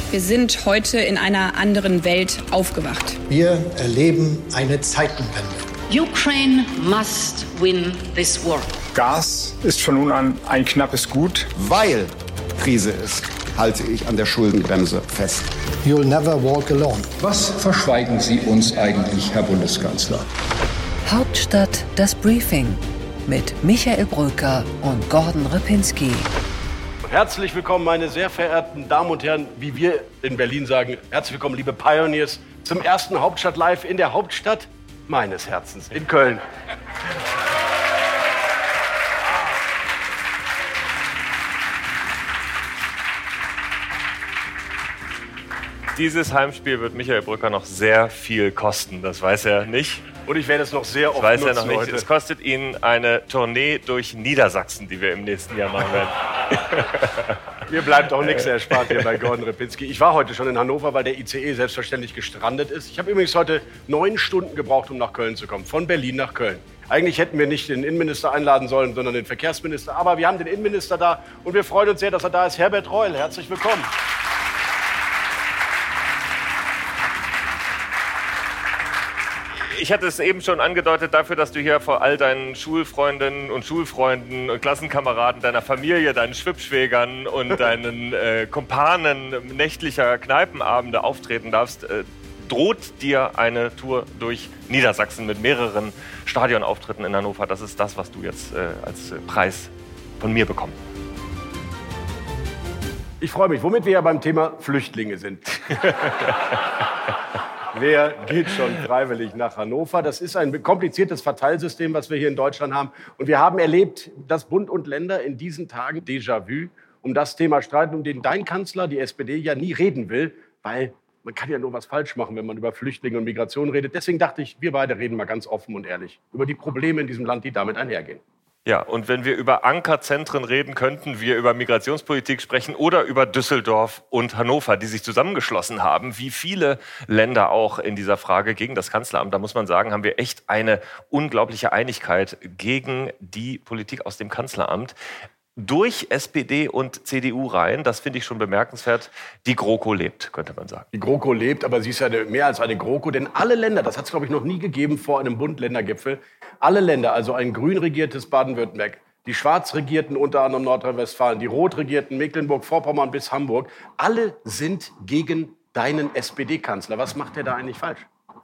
Wir sind heute in einer anderen Welt aufgewacht. Wir erleben eine Zeitenwende. Ukraine must win this war. Gas ist von nun an ein knappes Gut. Weil Krise ist, halte ich an der Schuldenbremse fest. You'll never walk alone. Was verschweigen Sie uns eigentlich, Herr Bundeskanzler? Hauptstadt das Briefing mit Michael Brücker und Gordon Ripinski. Herzlich willkommen, meine sehr verehrten Damen und Herren, wie wir in Berlin sagen, herzlich willkommen, liebe Pioneers, zum ersten Hauptstadt Live in der Hauptstadt meines Herzens, in Köln. Dieses Heimspiel wird Michael Brücker noch sehr viel kosten, das weiß er nicht. Und ich werde es noch sehr oft nutzen. Weiß er noch nicht. Heute. Es kostet ihn eine Tournee durch Niedersachsen, die wir im nächsten Jahr machen werden. Mir bleibt auch nichts erspart hier bei Gordon Ripinski. Ich war heute schon in Hannover, weil der ICE selbstverständlich gestrandet ist. Ich habe übrigens heute 9 Stunden gebraucht, um nach Köln zu kommen. Von Berlin nach Köln. Eigentlich hätten wir nicht den Innenminister einladen sollen, sondern den Verkehrsminister. Aber wir haben den Innenminister da und wir freuen uns sehr, dass er da ist. Herbert Reul, herzlich willkommen. Ich hatte es eben schon angedeutet dafür, dass du hier vor all deinen Schulfreundinnen und Schulfreunden und Klassenkameraden, deiner Familie, deinen Schwippschwägern und deinen Kumpanen nächtlicher Kneipenabende auftreten darfst. Droht dir eine Tour durch Niedersachsen mit mehreren Stadionauftritten in Hannover? Das ist das, was du jetzt als Preis von mir bekommst. Ich freue mich, womit wir ja beim Thema Flüchtlinge sind. Wer geht schon freiwillig nach Hannover? Das ist ein kompliziertes Verteilsystem, was wir hier in Deutschland haben. Und wir haben erlebt, dass Bund und Länder in diesen Tagen Déjà-vu um das Thema streiten, um den dein Kanzler, die SPD, ja nie reden will, weil man kann ja nur was falsch machen, wenn man über Flüchtlinge und Migration redet. Deswegen dachte ich, wir beide reden mal ganz offen und ehrlich über die Probleme in diesem Land, die damit einhergehen. Ja, und wenn wir über Ankerzentren reden, könnten wir über Migrationspolitik sprechen oder über Düsseldorf und Hannover, die sich zusammengeschlossen haben, wie viele Länder auch in dieser Frage gegen das Kanzleramt. Da muss man sagen, haben wir echt eine unglaubliche Einigkeit gegen die Politik aus dem Kanzleramt. Durch SPD und CDU-Reihen, das finde ich schon bemerkenswert, die GroKo lebt, könnte man sagen. Die GroKo lebt, aber sie ist ja mehr als eine GroKo, denn alle Länder, das hat es, glaube ich, noch nie gegeben vor einem Bund-Länder-Gipfel, alle Länder, also ein grün regiertes Baden-Württemberg, die schwarz regierten unter anderem Nordrhein-Westfalen, die rot regierten Mecklenburg-Vorpommern bis Hamburg, alle sind gegen deinen SPD-Kanzler. Was macht der da eigentlich falsch?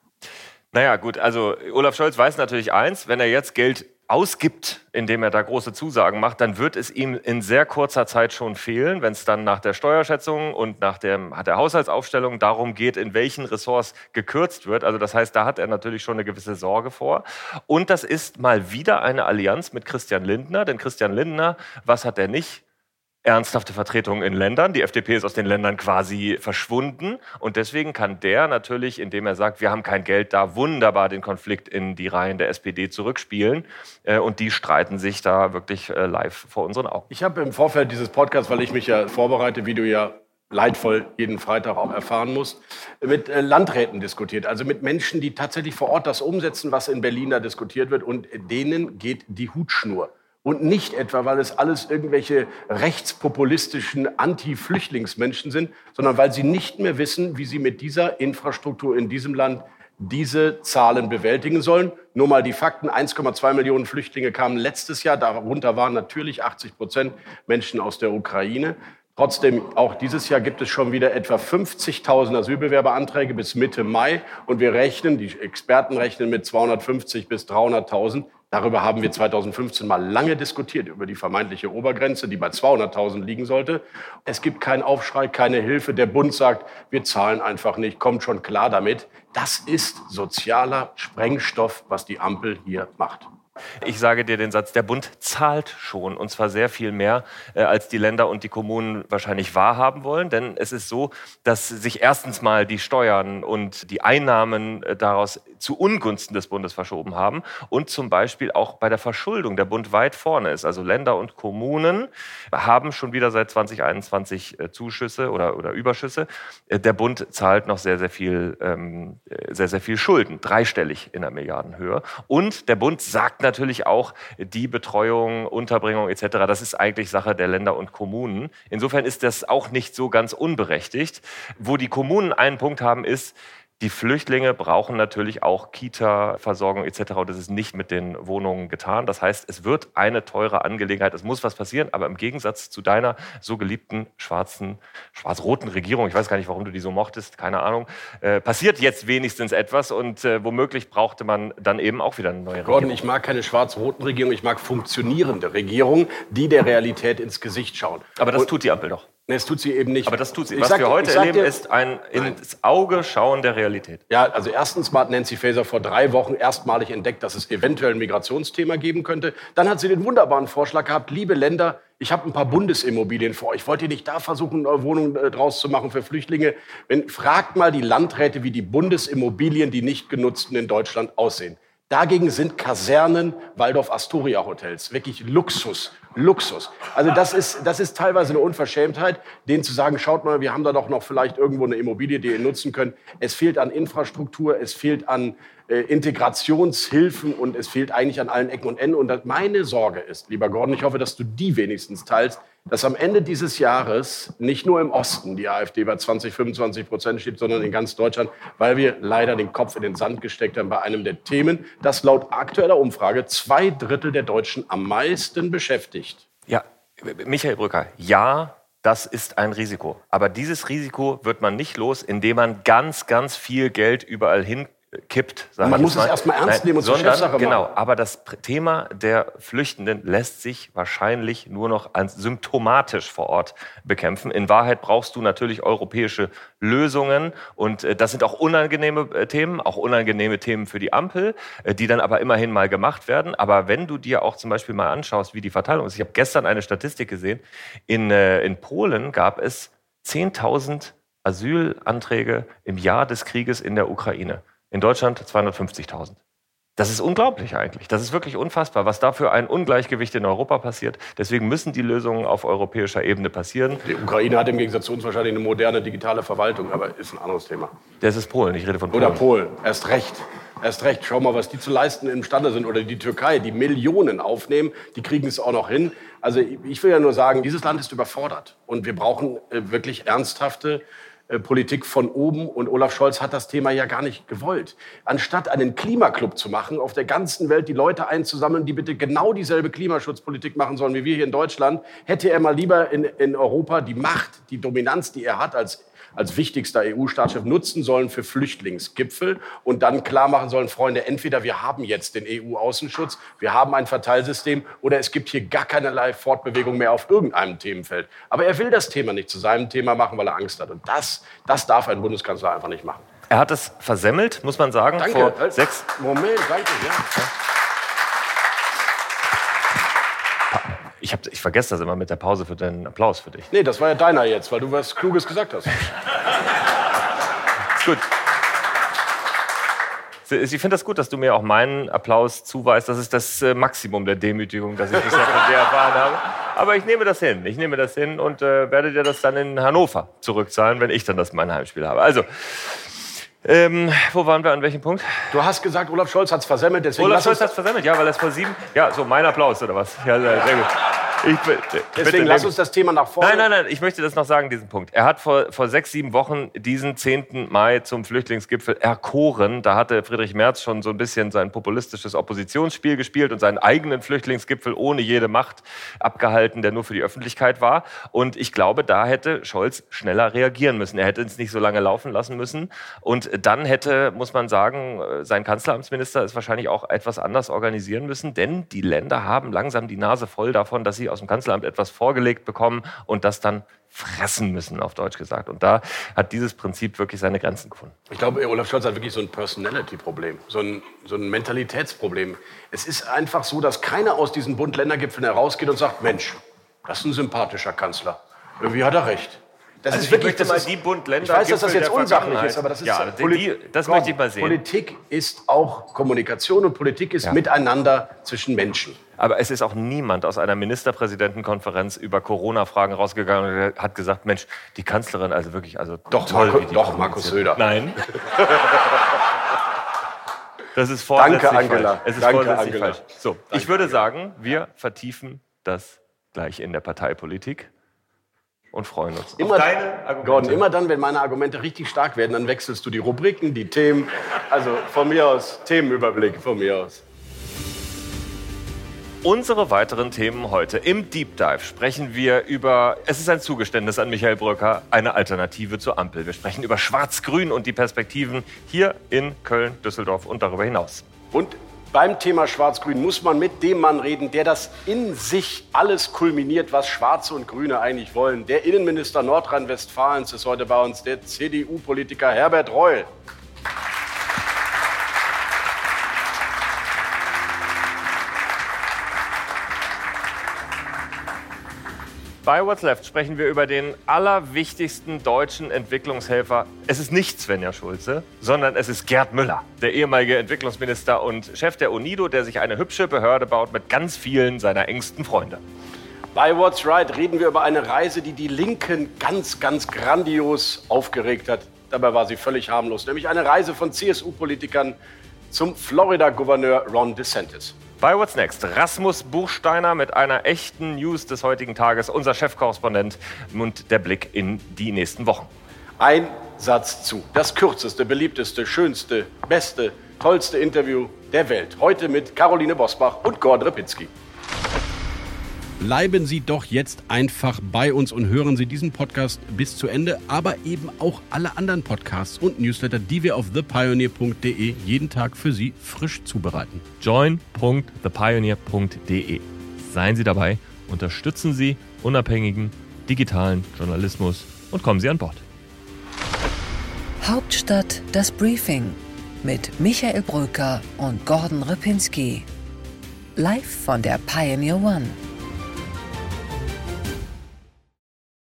Naja, gut, also Olaf Scholz weiß natürlich eins, wenn er jetzt Geld ausgibt, indem er da große Zusagen macht, dann wird es ihm in sehr kurzer Zeit schon fehlen, wenn es dann nach der Steuerschätzung und nach der Haushaltsaufstellung darum geht, in welchen Ressorts gekürzt wird. Also das heißt, da hat er natürlich schon eine gewisse Sorge vor. Und das ist mal wieder eine Allianz mit Christian Lindner, denn Christian Lindner, was hat er nicht? Ernsthafte Vertretung in Ländern. Die FDP ist aus den Ländern quasi verschwunden. Und deswegen kann der natürlich, indem er sagt, wir haben kein Geld da, wunderbar den Konflikt in die Reihen der SPD zurückspielen. Und die streiten sich da wirklich live vor unseren Augen. Ich habe im Vorfeld dieses Podcasts, weil ich mich ja vorbereite, wie du ja leidvoll jeden Freitag auch erfahren musst, mit Landräten diskutiert. Also mit Menschen, die tatsächlich vor Ort das umsetzen, was in Berlin da diskutiert wird. Und denen geht die Hutschnur. Und nicht etwa, weil es alles irgendwelche rechtspopulistischen Anti-Flüchtlingsmenschen sind, sondern weil sie nicht mehr wissen, wie sie mit dieser Infrastruktur in diesem Land diese Zahlen bewältigen sollen. Nur mal die Fakten, 1,2 Millionen Flüchtlinge kamen letztes Jahr, darunter waren natürlich 80% Menschen aus der Ukraine. Trotzdem, auch dieses Jahr gibt es schon wieder etwa 50.000 Asylbewerberanträge bis Mitte Mai. Und wir rechnen, die Experten rechnen mit 250.000 bis 300.000. Darüber haben wir 2015 mal lange diskutiert, über die vermeintliche Obergrenze, die bei 200.000 liegen sollte. Es gibt keinen Aufschrei, keine Hilfe. Der Bund sagt, wir zahlen einfach nicht, kommt schon klar damit. Das ist sozialer Sprengstoff, was die Ampel hier macht. Ich sage dir den Satz, der Bund zahlt schon, und zwar sehr viel mehr, als die Länder und die Kommunen wahrscheinlich wahrhaben wollen. Denn es ist so, dass sich erstens mal die Steuern und die Einnahmen daraus zu Ungunsten des Bundes verschoben haben und zum Beispiel auch bei der Verschuldung der Bund weit vorne ist. Also Länder und Kommunen haben schon wieder seit 2021 Zuschüsse oder Überschüsse. Der Bund zahlt noch sehr, sehr viel Schulden, dreistellig in der Milliardenhöhe. Und der Bund sagt sagt natürlich auch, die Betreuung, Unterbringung etc., das ist eigentlich Sache der Länder und Kommunen. Insofern ist das auch nicht so ganz unberechtigt. Wo die Kommunen einen Punkt haben, ist, die Flüchtlinge brauchen natürlich auch Kita-Versorgung etc. Und das ist nicht mit den Wohnungen getan. Das heißt, es wird eine teure Angelegenheit. Es muss was passieren. Aber im Gegensatz zu deiner so geliebten schwarz-roten Regierung, ich weiß gar nicht, warum du die so mochtest, keine Ahnung, passiert jetzt wenigstens etwas. Und womöglich brauchte man dann eben auch wieder eine neue Regierung. Gordon, ich mag keine schwarz-roten Regierungen. Ich mag funktionierende Regierungen, die der Realität ins Gesicht schauen. Aber das tut die Ampel doch. Nee, das tut sie eben nicht. Aber das tut sie. Was wir heute erleben, ist ein ins Auge schauen der Realität. Ja, also erstens mal hat Nancy Faeser vor 3 Wochen erstmalig entdeckt, dass es eventuell ein Migrationsthema geben könnte. Dann hat sie den wunderbaren Vorschlag gehabt, liebe Länder, ich habe ein paar Bundesimmobilien für euch. Wollt ihr nicht da versuchen, eine Wohnung draus zu machen für Flüchtlinge? Fragt mal die Landräte, wie die Bundesimmobilien, die nicht genutzten in Deutschland aussehen. Dagegen sind Kasernen, Waldorf-Astoria-Hotels wirklich Luxus. Also das ist teilweise eine Unverschämtheit, denen zu sagen, schaut mal, wir haben da doch noch vielleicht irgendwo eine Immobilie, die ihr nutzen könnt. Es fehlt an Infrastruktur, es fehlt an Integrationshilfen und es fehlt eigentlich an allen Ecken und Enden. Und meine Sorge ist, lieber Gordon, ich hoffe, dass du die wenigstens teilst, dass am Ende dieses Jahres nicht nur im Osten die AfD bei 20-25% steht, sondern in ganz Deutschland, weil wir leider den Kopf in den Sand gesteckt haben bei einem der Themen, das laut aktueller Umfrage 2/3 der Deutschen am meisten beschäftigt. Ja, Michael Brücker, ja, das ist ein Risiko. Aber dieses Risiko wird man nicht los, indem man ganz, ganz viel Geld überall hinkippt. Man muss es erstmal ernst nehmen und zur Chefsache machen. Genau, aber das Thema der Flüchtenden lässt sich wahrscheinlich nur noch symptomatisch vor Ort bekämpfen. In Wahrheit brauchst du natürlich europäische Lösungen und das sind auch unangenehme Themen für die Ampel, die dann aber immerhin mal gemacht werden. Aber wenn du dir auch zum Beispiel mal anschaust, wie die Verteilung ist. Ich habe gestern eine Statistik gesehen, in Polen gab es 10.000 Asylanträge im Jahr des Krieges in der Ukraine. In Deutschland 250.000. Das ist unglaublich eigentlich. Das ist wirklich unfassbar, was da für ein Ungleichgewicht in Europa passiert. Deswegen müssen die Lösungen auf europäischer Ebene passieren. Die Ukraine hat im Gegensatz zu uns wahrscheinlich eine moderne digitale Verwaltung, aber ist ein anderes Thema. Das ist Polen, ich rede von Polen. Oder Polen, erst recht. Schau mal, was die zu leisten imstande sind. Oder die Türkei, die Millionen aufnehmen, die kriegen es auch noch hin. Also ich will ja nur sagen, dieses Land ist überfordert. Und wir brauchen wirklich ernsthafte Politik von oben und Olaf Scholz hat das Thema ja gar nicht gewollt. Anstatt einen Klimaklub zu machen, auf der ganzen Welt die Leute einzusammeln, die bitte genau dieselbe Klimaschutzpolitik machen sollen wie wir hier in Deutschland, hätte er mal lieber in Europa die Macht, die Dominanz, die er hat als wichtigster EU-Staatschef nutzen sollen für Flüchtlingsgipfel und dann klar machen sollen, Freunde, entweder wir haben jetzt den EU-Außenschutz, wir haben ein Verteilsystem oder es gibt hier gar keinerlei Fortbewegung mehr auf irgendeinem Themenfeld. Aber er will das Thema nicht zu seinem Thema machen, weil er Angst hat. Und das darf ein Bundeskanzler einfach nicht machen. Er hat es versemmelt, muss man sagen. Danke. Moment, danke. Ja. Ich vergesse das immer mit der Pause für den Applaus für dich. Nee, das war ja deiner jetzt, weil du was Kluges gesagt hast. Ist gut. Ich finde das gut, dass du mir auch meinen Applaus zuweist. Das ist das Maximum der Demütigung, das ich bisher von dir erfahren habe. Aber ich nehme das hin und werde dir das dann in Hannover zurückzahlen, wenn ich dann mein Heimspiel habe. Also, wo waren wir, an welchem Punkt? Du hast gesagt, Olaf Scholz hat es versemmelt. Olaf Scholz hat es versemmelt, ja, weil er es vor 7... Ja, so mein Applaus, oder was? Ja, sehr gut. Deswegen lass uns das Thema nach vorne... Nein, ich möchte das noch sagen, diesen Punkt. Er hat vor 6-7 Wochen diesen 10. Mai zum Flüchtlingsgipfel erkoren. Da hatte Friedrich Merz schon so ein bisschen sein populistisches Oppositionsspiel gespielt und seinen eigenen Flüchtlingsgipfel ohne jede Macht abgehalten, der nur für die Öffentlichkeit war. Und ich glaube, da hätte Scholz schneller reagieren müssen. Er hätte es nicht so lange laufen lassen müssen. Und dann hätte, muss man sagen, sein Kanzleramtsminister es wahrscheinlich auch etwas anders organisieren müssen. Denn die Länder haben langsam die Nase voll davon, dass sie aus dem Kanzleramt etwas vorgelegt bekommen und das dann fressen müssen, auf Deutsch gesagt. Und da hat dieses Prinzip wirklich seine Grenzen gefunden. Ich glaube, Olaf Scholz hat wirklich so ein Personality-Problem, so ein Mentalitätsproblem. Es ist einfach so, dass keiner aus diesen Bund-Länder-Gipfeln herausgeht und sagt, Mensch, das ist ein sympathischer Kanzler. Irgendwie hat er recht. Das ist wirklich, ich weiß, dass das jetzt unsachlich ist, aber das ist das möchte ich mal sehen. Politik ist auch Kommunikation und Politik ist Miteinander zwischen Menschen. Aber es ist auch niemand aus einer Ministerpräsidentenkonferenz über Corona-Fragen rausgegangen und hat gesagt, Mensch, die Kanzlerin, also wirklich, also doch, toll. Markus Söder. Nein. Das ist vorsätzlich Danke, Angela. falsch. Es ist Danke, vorsätzlich Angela. falsch. So, ich würde sagen, wir vertiefen das gleich in der Parteipolitik und freuen uns Immer, auf deine Argumente. Gordon, immer dann, wenn meine Argumente richtig stark werden, dann wechselst du die Rubriken, die Themen. Also von mir aus, Themenüberblick, von mir aus. Unsere weiteren Themen heute. Im Deep Dive sprechen wir über, es ist ein Zugeständnis an Michael Brücker, eine Alternative zur Ampel. Wir sprechen über Schwarz-Grün und die Perspektiven hier in Köln, Düsseldorf und darüber hinaus. Und beim Thema Schwarz-Grün muss man mit dem Mann reden, der das in sich alles kulminiert, was Schwarze und Grüne eigentlich wollen. Der Innenminister Nordrhein-Westfalens ist heute bei uns, der CDU-Politiker Herbert Reul. Bei What's Left sprechen wir über den allerwichtigsten deutschen Entwicklungshelfer. Es ist nicht Svenja Schulze, sondern es ist Gerd Müller, der ehemalige Entwicklungsminister und Chef der UNIDO, der sich eine hübsche Behörde baut mit ganz vielen seiner engsten Freunde. Bei What's Right reden wir über eine Reise, die die Linken ganz, ganz grandios aufgeregt hat. Dabei war sie völlig harmlos, nämlich eine Reise von CSU-Politikern zum Florida-Gouverneur Ron DeSantis. Bei What's Next? Rasmus Buchsteiner mit einer echten News des heutigen Tages, unser Chefkorrespondent und der Blick in die nächsten Wochen. Ein Satz zu. Das kürzeste, beliebteste, schönste, beste, tollste Interview der Welt. Heute mit Caroline Bosbach und Gordon Repinski. Bleiben Sie doch jetzt einfach bei uns und hören Sie diesen Podcast bis zu Ende, aber eben auch alle anderen Podcasts und Newsletter, die wir auf thepioneer.de jeden Tag für Sie frisch zubereiten. join.thepioneer.de. Seien Sie dabei, unterstützen Sie unabhängigen digitalen Journalismus und kommen Sie an Bord. Hauptstadt das Briefing mit Michael Brücker und Gordon Repinski. Live von der Pioneer One.